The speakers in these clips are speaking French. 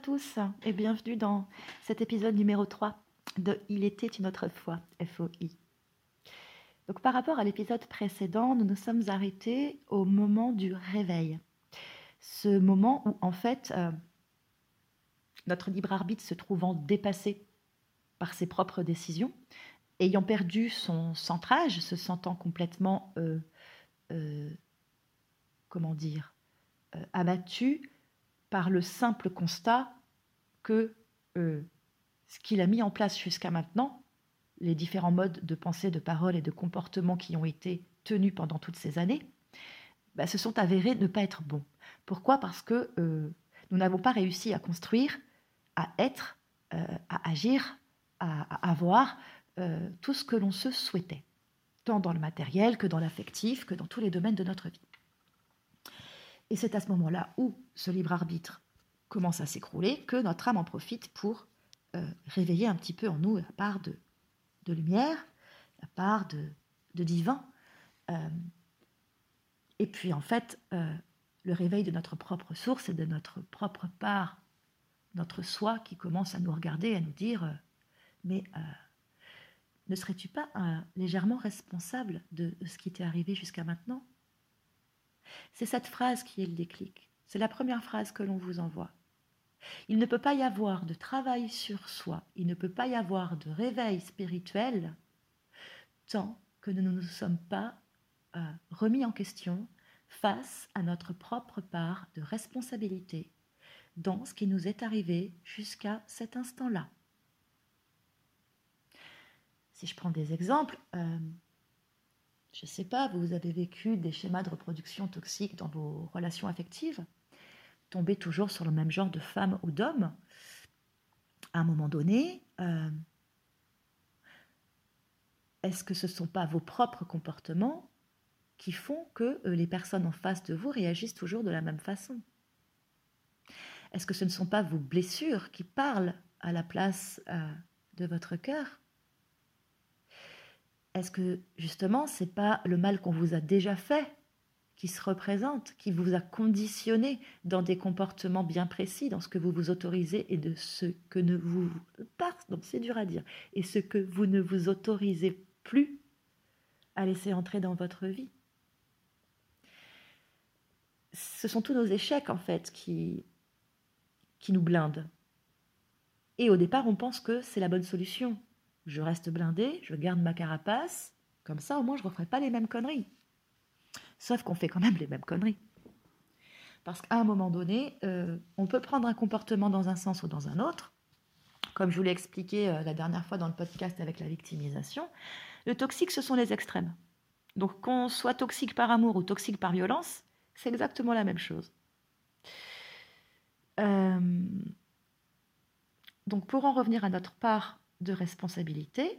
tous et bienvenue dans cet épisode numéro 3 de Il était une autre fois, FOI. Donc par rapport à l'épisode précédent, nous nous sommes arrêtés au moment du réveil. Ce moment où en fait notre libre arbitre se trouvant dépassé par ses propres décisions, ayant perdu son centrage, se sentant complètement abattu par le simple constat que ce qu'il a mis en place jusqu'à maintenant, les différents modes de pensée, de parole et de comportement qui ont été tenus pendant toutes ces années, se sont avérés ne pas être bons. Pourquoi ? Parce que nous n'avons pas réussi à construire, à être, à agir, à avoir tout ce que l'on se souhaitait, tant dans le matériel que dans l'affectif, que dans tous les domaines de notre vie. Et c'est à ce moment-là où ce libre arbitre commence à s'écrouler que notre âme en profite pour réveiller un petit peu en nous la part de lumière, la part de divin. Et puis en fait, le réveil de notre propre source et de notre propre part, notre soi qui commence à nous regarder et à nous dire mais ne serais-tu pas légèrement responsable de ce qui t'est arrivé jusqu'à maintenant ? C'est cette phrase qui est le déclic. C'est la première phrase que l'on vous envoie. Il ne peut pas y avoir de travail sur soi, il ne peut pas y avoir de réveil spirituel tant que nous ne nous sommes pas remis en question face à notre propre part de responsabilité dans ce qui nous est arrivé jusqu'à cet instant-là. Si je prends des exemples, je ne sais pas, vous avez vécu des schémas de reproduction toxiques dans vos relations affectives, tombez toujours sur le même genre de femme ou d'homme, à un moment donné, est-ce que ce ne sont pas vos propres comportements qui font que les personnes en face de vous réagissent toujours de la même façon ? Est-ce que ce ne sont pas vos blessures qui parlent à la place de votre cœur ? Est-ce que justement, ce n'est pas le mal qu'on vous a déjà fait qui se représente, qui vous a conditionné dans des comportements bien précis, dans ce que vous vous autorisez et de ce que ne vous... Pardon, c'est dur à dire. Et ce que vous ne vous autorisez plus à laisser entrer dans votre vie. Ce sont tous nos échecs, en fait, qui nous blindent. Et au départ, on pense que c'est la bonne solution. Je reste blindé, je garde ma carapace, comme ça, au moins, je ne referai pas les mêmes conneries. Sauf qu'on fait quand même les mêmes conneries. Parce qu'à un moment donné, on peut prendre un comportement dans un sens ou dans un autre. Comme je vous l'ai expliqué la dernière fois dans le podcast avec la victimisation, le toxique, ce sont les extrêmes. Donc qu'on soit toxique par amour ou toxique par violence, c'est exactement la même chose. Donc pour en revenir à notre part de responsabilité,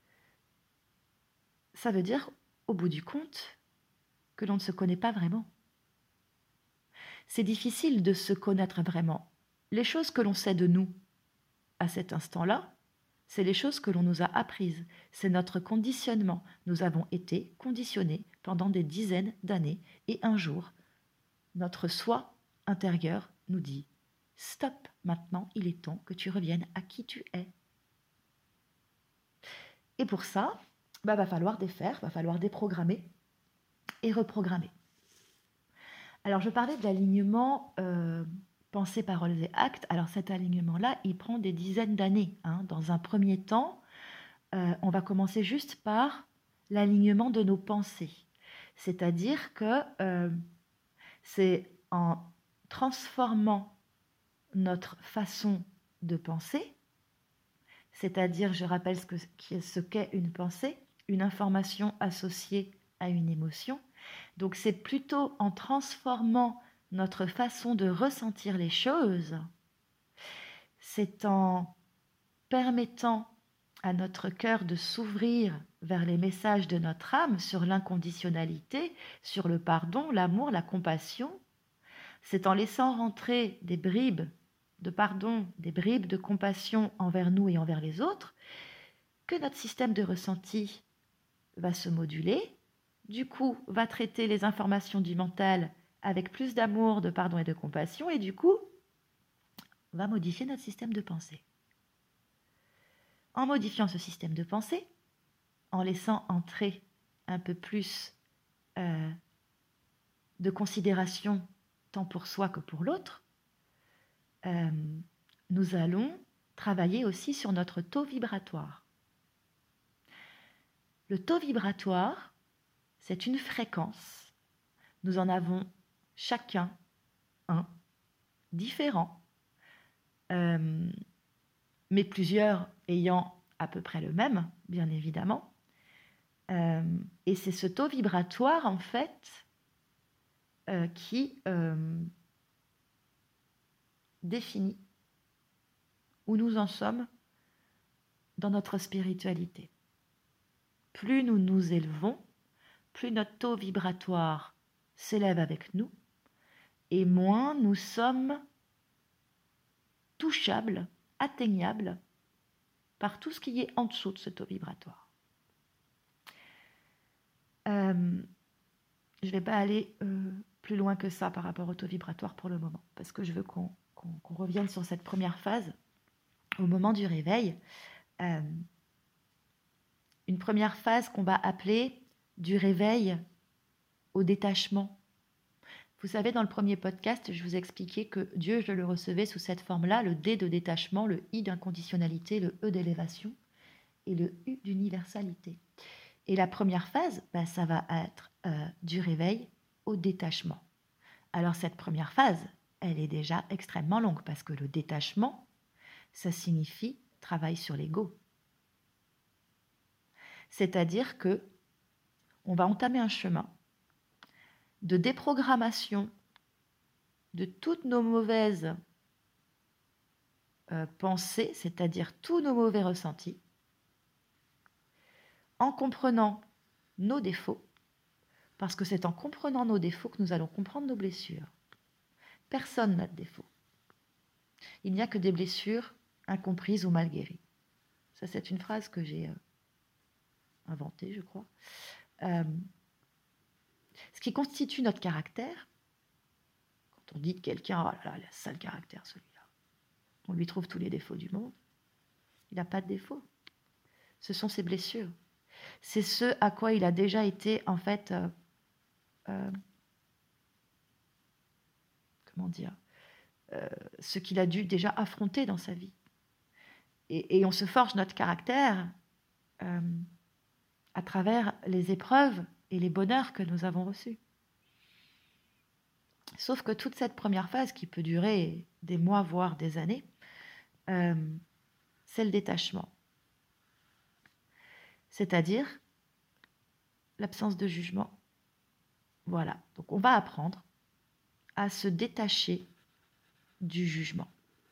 ça veut dire, au bout du compte, que l'on ne se connaît pas vraiment. C'est difficile de se connaître vraiment. Les choses que l'on sait de nous à cet instant-là, c'est les choses que l'on nous a apprises. C'est notre conditionnement. Nous avons été conditionnés pendant des dizaines d'années et un jour, notre soi intérieur nous dit « Stop, maintenant il est temps que tu reviennes à qui tu es ». Et pour ça, va falloir défaire, va falloir déprogrammer et reprogrammer. Alors, je parlais de l'alignement pensée, paroles et actes. Alors, cet alignement-là, il prend des dizaines d'années. Dans un premier temps, on va commencer juste par l'alignement de nos pensées. C'est-à-dire que c'est en transformant notre façon de penser, c'est-à-dire, je rappelle ce qu'est une pensée, une information associée à une émotion. Donc c'est plutôt en transformant notre façon de ressentir les choses, c'est en permettant à notre cœur de s'ouvrir vers les messages de notre âme sur l'inconditionnalité, sur le pardon, l'amour, la compassion. C'est en laissant rentrer des bribes de pardon, des bribes de compassion envers nous et envers les autres, que notre système de ressenti va se moduler, du coup va traiter les informations du mental avec plus d'amour, de pardon et de compassion, et du coup, va modifier notre système de pensée. En modifiant ce système de pensée, en laissant entrer un peu plus de considération tant pour soi que pour l'autre, nous allons travailler aussi sur notre taux vibratoire. Le taux vibratoire, c'est une fréquence. Nous en avons chacun un, différent, mais plusieurs ayant à peu près le même, bien évidemment. Et c'est ce taux vibratoire, en fait, qui définit où nous en sommes dans notre spiritualité. Plus nous nous élevons, plus notre taux vibratoire s'élève avec nous, et moins nous sommes touchables, atteignables par tout ce qui est en dessous de ce taux vibratoire. Je ne vais pas aller plus loin que ça par rapport au taux vibratoire pour le moment, parce que je veux qu'on revienne sur cette première phase au moment du réveil. Une première phase qu'on va appeler du réveil au détachement. Vous savez, dans le premier podcast, je vous expliquais que Dieu, je le recevais sous cette forme-là, le D de détachement, le I d'inconditionnalité, le E d'élévation et le U d'universalité. Et la première phase, ça va être du réveil au détachement. Alors cette première phase, elle est déjà extrêmement longue parce que le détachement, ça signifie travail sur l'ego. C'est-à-dire que on va entamer un chemin de déprogrammation de toutes nos mauvaises pensées, c'est-à-dire tous nos mauvais ressentis, en comprenant nos défauts, parce que c'est en comprenant nos défauts que nous allons comprendre nos blessures. Personne n'a de défaut. Il n'y a que des blessures incomprises ou mal guéries. Ça, c'est une phrase que j'ai inventée, je crois. Ce qui constitue notre caractère, quand on dit de quelqu'un, oh là là, il a un sale caractère celui-là, on lui trouve tous les défauts du monde, il n'a pas de défaut. Ce sont ses blessures. C'est ce à quoi il a déjà été, en fait, ce qu'il a dû déjà affronter dans sa vie. Et on se forge notre caractère à travers les épreuves et les bonheurs que nous avons reçus. Sauf que toute cette première phase, qui peut durer des mois, voire des années, c'est le détachement. C'est-à-dire l'absence de jugement. Voilà. Donc on va apprendre à se détacher du jugement.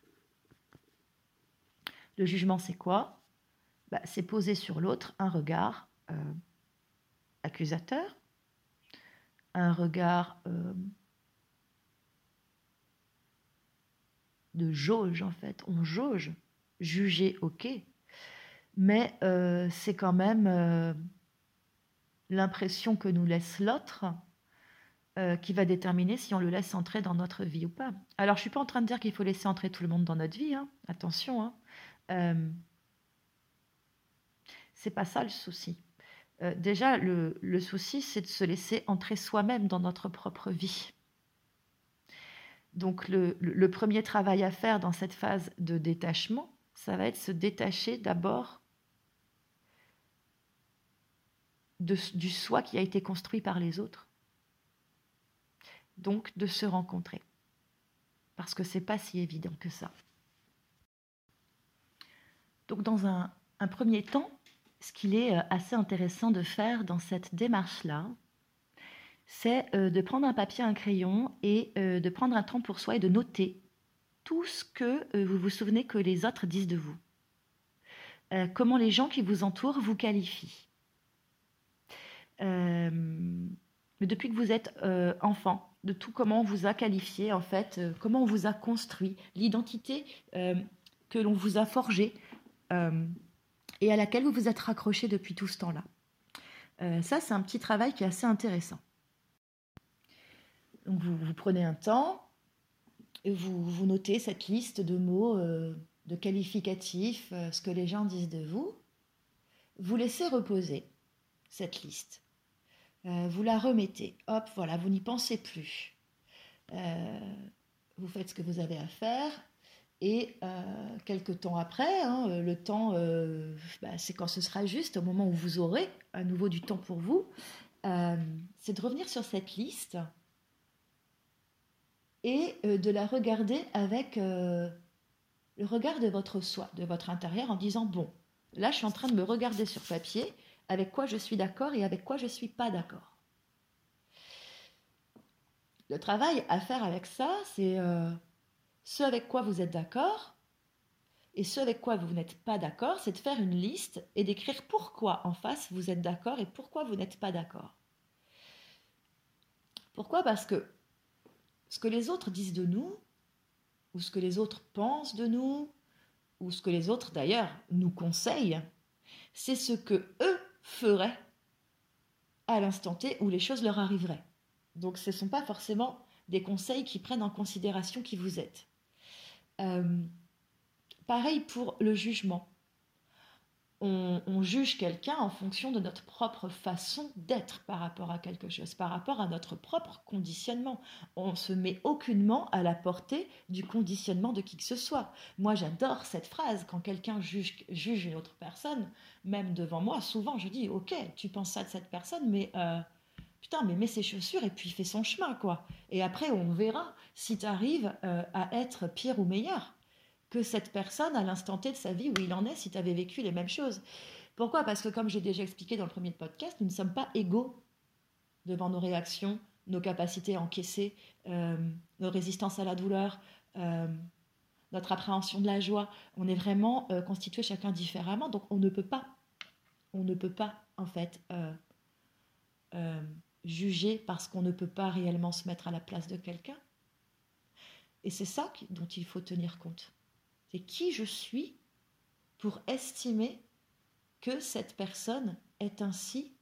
Le jugement, c'est quoi ? C'est poser sur l'autre un regard accusateur, un regard de jauge, en fait. On jauge, juger, ok, mais c'est quand même l'impression que nous laisse l'autre qui va déterminer si on le laisse entrer dans notre vie ou pas. Alors, je ne suis pas en train de dire qu'il faut laisser entrer tout le monde dans notre vie, hein. Attention, hein. C'est pas ça le souci. Déjà, le souci, c'est de se laisser entrer soi-même dans notre propre vie. Donc, le premier travail à faire dans cette phase de détachement, ça va être se détacher d'abord du soi qui a été construit par les autres. Donc, de se rencontrer. Parce que c'est pas si évident que ça. Donc, dans un premier temps, ce qu'il est assez intéressant de faire dans cette démarche-là, c'est de prendre un papier, un crayon et de prendre un temps pour soi et de noter tout ce que vous vous souvenez que les autres disent de vous. Comment les gens qui vous entourent vous qualifient. Mais depuis que vous êtes enfant, de tout comment on vous a qualifié, en fait, comment on vous a construit, l'identité que l'on vous a forgée et à laquelle vous vous êtes raccroché depuis tout ce temps-là. Ça, c'est un petit travail qui est assez intéressant. Donc, vous prenez un temps, Et vous notez cette liste de mots, de qualificatifs, ce que les gens disent de vous. Vous laissez reposer cette liste. Vous la remettez. Hop, voilà, vous n'y pensez plus. Vous faites ce que vous avez à faire. Et quelques temps après, hein, le temps, c'est quand ce sera juste, au moment où vous aurez à nouveau du temps pour vous, c'est de revenir sur cette liste et de la regarder avec le regard de votre soi, de votre intérieur, en disant, bon, là je suis en train de me regarder sur papier, avec quoi je suis d'accord et avec quoi je ne suis pas d'accord. Le travail à faire avec ça, c'est ce avec quoi vous êtes d'accord et ce avec quoi vous n'êtes pas d'accord, c'est de faire une liste et d'écrire pourquoi en face vous êtes d'accord et pourquoi vous n'êtes pas d'accord. Pourquoi ? Parce que ce que les autres disent de nous, ou ce que les autres pensent de nous, ou ce que les autres d'ailleurs nous conseillent, c'est ce que eux feraient à l'instant T où les choses leur arriveraient. Donc ce ne sont pas forcément des conseils qui prennent en considération qui vous êtes. Pareil pour le jugement. On juge quelqu'un en fonction de notre propre façon d'être par rapport à quelque chose, par rapport à notre propre conditionnement. On ne se met aucunement à la portée du conditionnement de qui que ce soit. Moi, j'adore cette phrase. Quand quelqu'un juge une autre personne, même devant moi, souvent, je dis « Ok, tu penses ça de cette personne, mais putain, mais mets ses chaussures et puis fais son chemin, quoi. Et après, on verra si tu arrives à être pire ou meilleur que cette personne à l'instant T de sa vie où il en est si tu avais vécu les mêmes choses. Pourquoi ? Parce que comme j'ai déjà expliqué dans le premier podcast, nous ne sommes pas égaux devant nos réactions, nos capacités à encaisser, nos résistances à la douleur, notre appréhension de la joie. On est vraiment constitués chacun différemment, donc on ne peut pas en fait juger parce qu'on ne peut pas réellement se mettre à la place de quelqu'un. Et c'est ça dont il faut tenir compte. C'est qui je suis pour estimer que cette personne est ainsi,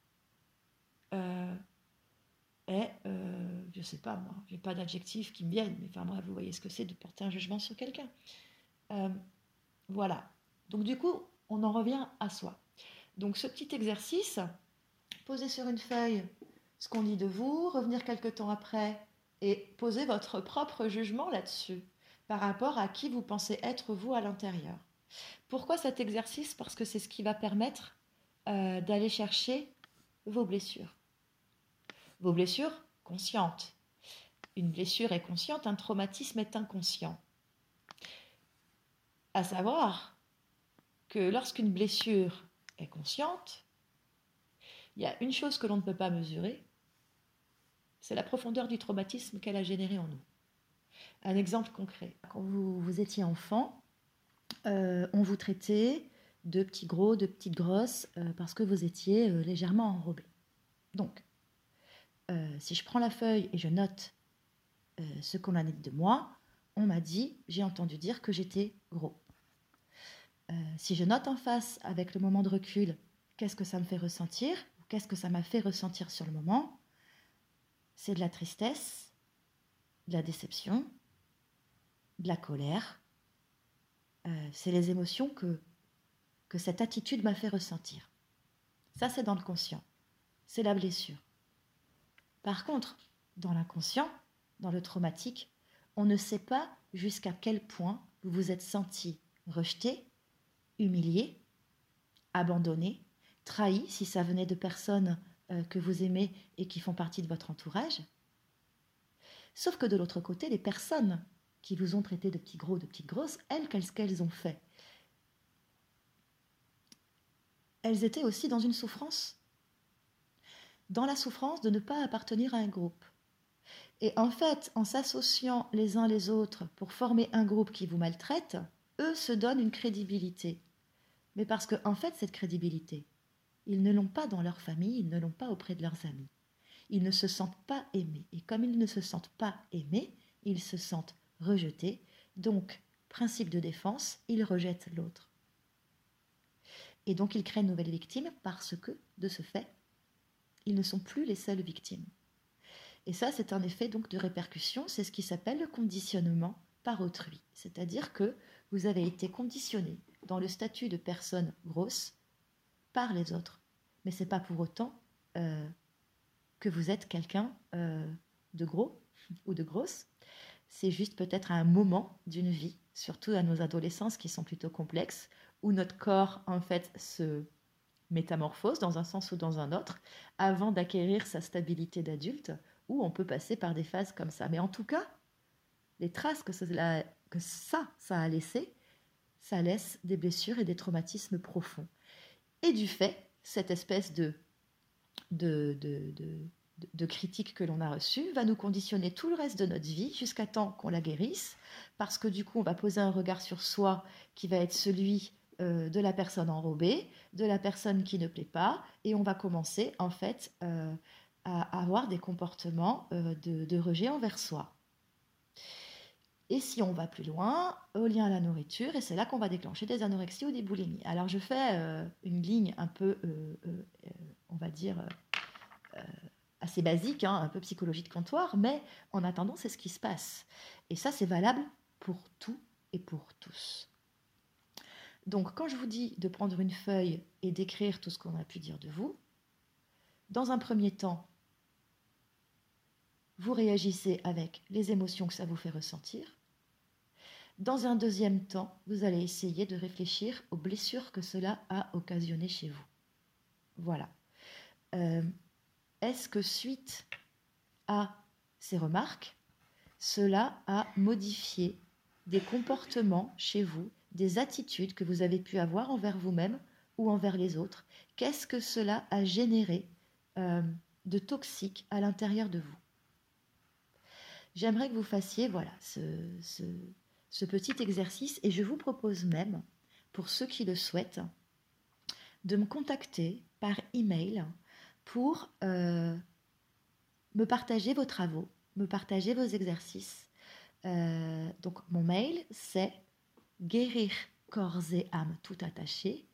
je sais pas moi, j'ai pas d'adjectif qui me viennent, mais enfin bref, vous voyez ce que c'est de porter un jugement sur quelqu'un. Voilà. Donc du coup, on en revient à soi. Donc ce petit exercice, poser sur une feuille ce qu'on dit de vous, revenir quelques temps après et poser votre propre jugement là-dessus par rapport à qui vous pensez être vous à l'intérieur. Pourquoi cet exercice ? Parce que c'est ce qui va permettre d'aller chercher vos blessures. Vos blessures conscientes. Une blessure est consciente, un traumatisme est inconscient. À savoir que lorsqu'une blessure est consciente, il y a une chose que l'on ne peut pas mesurer, c'est la profondeur du traumatisme qu'elle a généré en nous. Un exemple concret. Quand vous étiez enfant, on vous traitait de petits gros, de petites grosses, parce que vous étiez légèrement enrobé. Donc, si je prends la feuille et je note ce qu'on a dit de moi, on m'a dit, j'ai entendu dire que j'étais gros. Si je note en face, avec le moment de recul, qu'est-ce que ça me fait ressentir, ou qu'est-ce que ça m'a fait ressentir sur le moment, c'est de la tristesse, de la déception, de la colère. C'est les émotions que cette attitude m'a fait ressentir. Ça, c'est dans le conscient. C'est la blessure. Par contre, dans l'inconscient, dans le traumatique, on ne sait pas jusqu'à quel point vous vous êtes senti rejeté, humilié, abandonné, trahi si ça venait de personnes que vous aimez et qui font partie de votre entourage. Sauf que de l'autre côté, les personnes qui vous ont traité de petits gros, de petites grosses, elles, qu'est-ce qu'elles ont fait ? Elles étaient aussi dans une souffrance. Dans la souffrance de ne pas appartenir à un groupe. Et en fait, en s'associant les uns les autres pour former un groupe qui vous maltraite, eux se donnent une crédibilité. Mais parce que, en fait, cette crédibilité, ils ne l'ont pas dans leur famille, ils ne l'ont pas auprès de leurs amis. Ils ne se sentent pas aimés. Et comme ils ne se sentent pas aimés, ils se sentent rejetés. Donc, principe de défense, ils rejettent l'autre. Et donc, ils créent une nouvelle victime parce que, de ce fait, ils ne sont plus les seules victimes. Et ça, c'est un effet donc de répercussion, c'est ce qui s'appelle le conditionnement par autrui. C'est-à-dire que vous avez été conditionné dans le statut de personne grosse par les autres. Mais ce n'est pas pour autant que vous êtes quelqu'un de gros ou de grosse. C'est juste peut-être à un moment d'une vie, surtout à nos adolescences qui sont plutôt complexes, où notre corps en fait se métamorphose dans un sens ou dans un autre, avant d'acquérir sa stabilité d'adulte, où on peut passer par des phases comme ça. Mais en tout cas, les traces que ça a laissé, ça laisse des blessures et des traumatismes profonds. Et du fait, cette espèce de critique que l'on a reçue va nous conditionner tout le reste de notre vie jusqu'à temps qu'on la guérisse, parce que du coup, on va poser un regard sur soi qui va être celui de la personne enrobée, de la personne qui ne plaît pas, et on va commencer en fait à avoir des comportements de rejet envers soi. Et si on va plus loin, au lien à la nourriture, et c'est là qu'on va déclencher des anorexies ou des boulimies. Alors je fais une ligne un peu, on va dire, assez basique, hein, un peu psychologie de comptoir, mais en attendant, c'est ce qui se passe. Et ça, c'est valable pour tout et pour tous. Donc quand je vous dis de prendre une feuille et d'écrire tout ce qu'on a pu dire de vous, dans un premier temps, vous réagissez avec les émotions que ça vous fait ressentir. Dans un deuxième temps, vous allez essayer de réfléchir aux blessures que cela a occasionnées chez vous. Voilà. Est-ce que suite à ces remarques, cela a modifié des comportements chez vous, des attitudes que vous avez pu avoir envers vous-même ou envers les autres? Qu'est-ce que cela a généré de toxique à l'intérieur de vous? J'aimerais que vous fassiez voilà, ce petit exercice, et je vous propose même, pour ceux qui le souhaitent, de me contacter par email pour me partager vos travaux, me partager vos exercices. Donc mon mail, c'est guérir corps et âme tout attaché,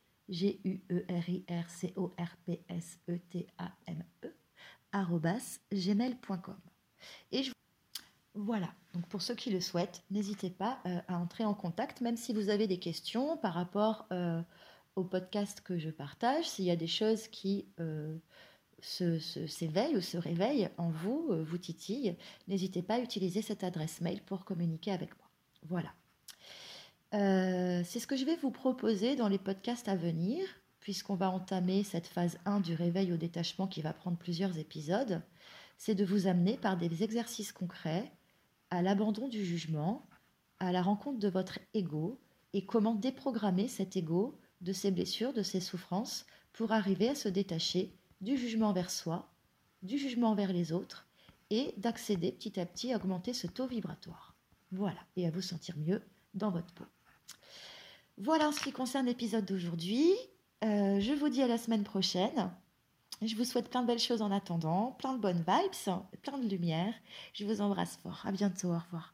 guerircorpsetame @gmail.com. Et voilà, donc pour ceux qui le souhaitent, n'hésitez pas à entrer en contact, même si vous avez des questions par rapport au podcast que je partage, s'il y a des choses qui s'éveillent ou se réveillent en vous, vous titillent, n'hésitez pas à utiliser cette adresse mail pour communiquer avec moi. Voilà. C'est ce que je vais vous proposer dans les podcasts à venir, puisqu'on va entamer cette phase 1 du réveil au détachement qui va prendre plusieurs épisodes. C'est de vous amener par des exercices concrets à l'abandon du jugement, à la rencontre de votre ego et comment déprogrammer cet ego de ses blessures, de ses souffrances pour arriver à se détacher du jugement envers soi, du jugement envers les autres et d'accéder petit à petit à augmenter ce taux vibratoire. Voilà, et à vous sentir mieux dans votre peau. Voilà en ce qui concerne l'épisode d'aujourd'hui. Je vous dis à la semaine prochaine. Je vous souhaite plein de belles choses en attendant, plein de bonnes vibes, plein de lumière. Je vous embrasse fort. À bientôt. Au revoir.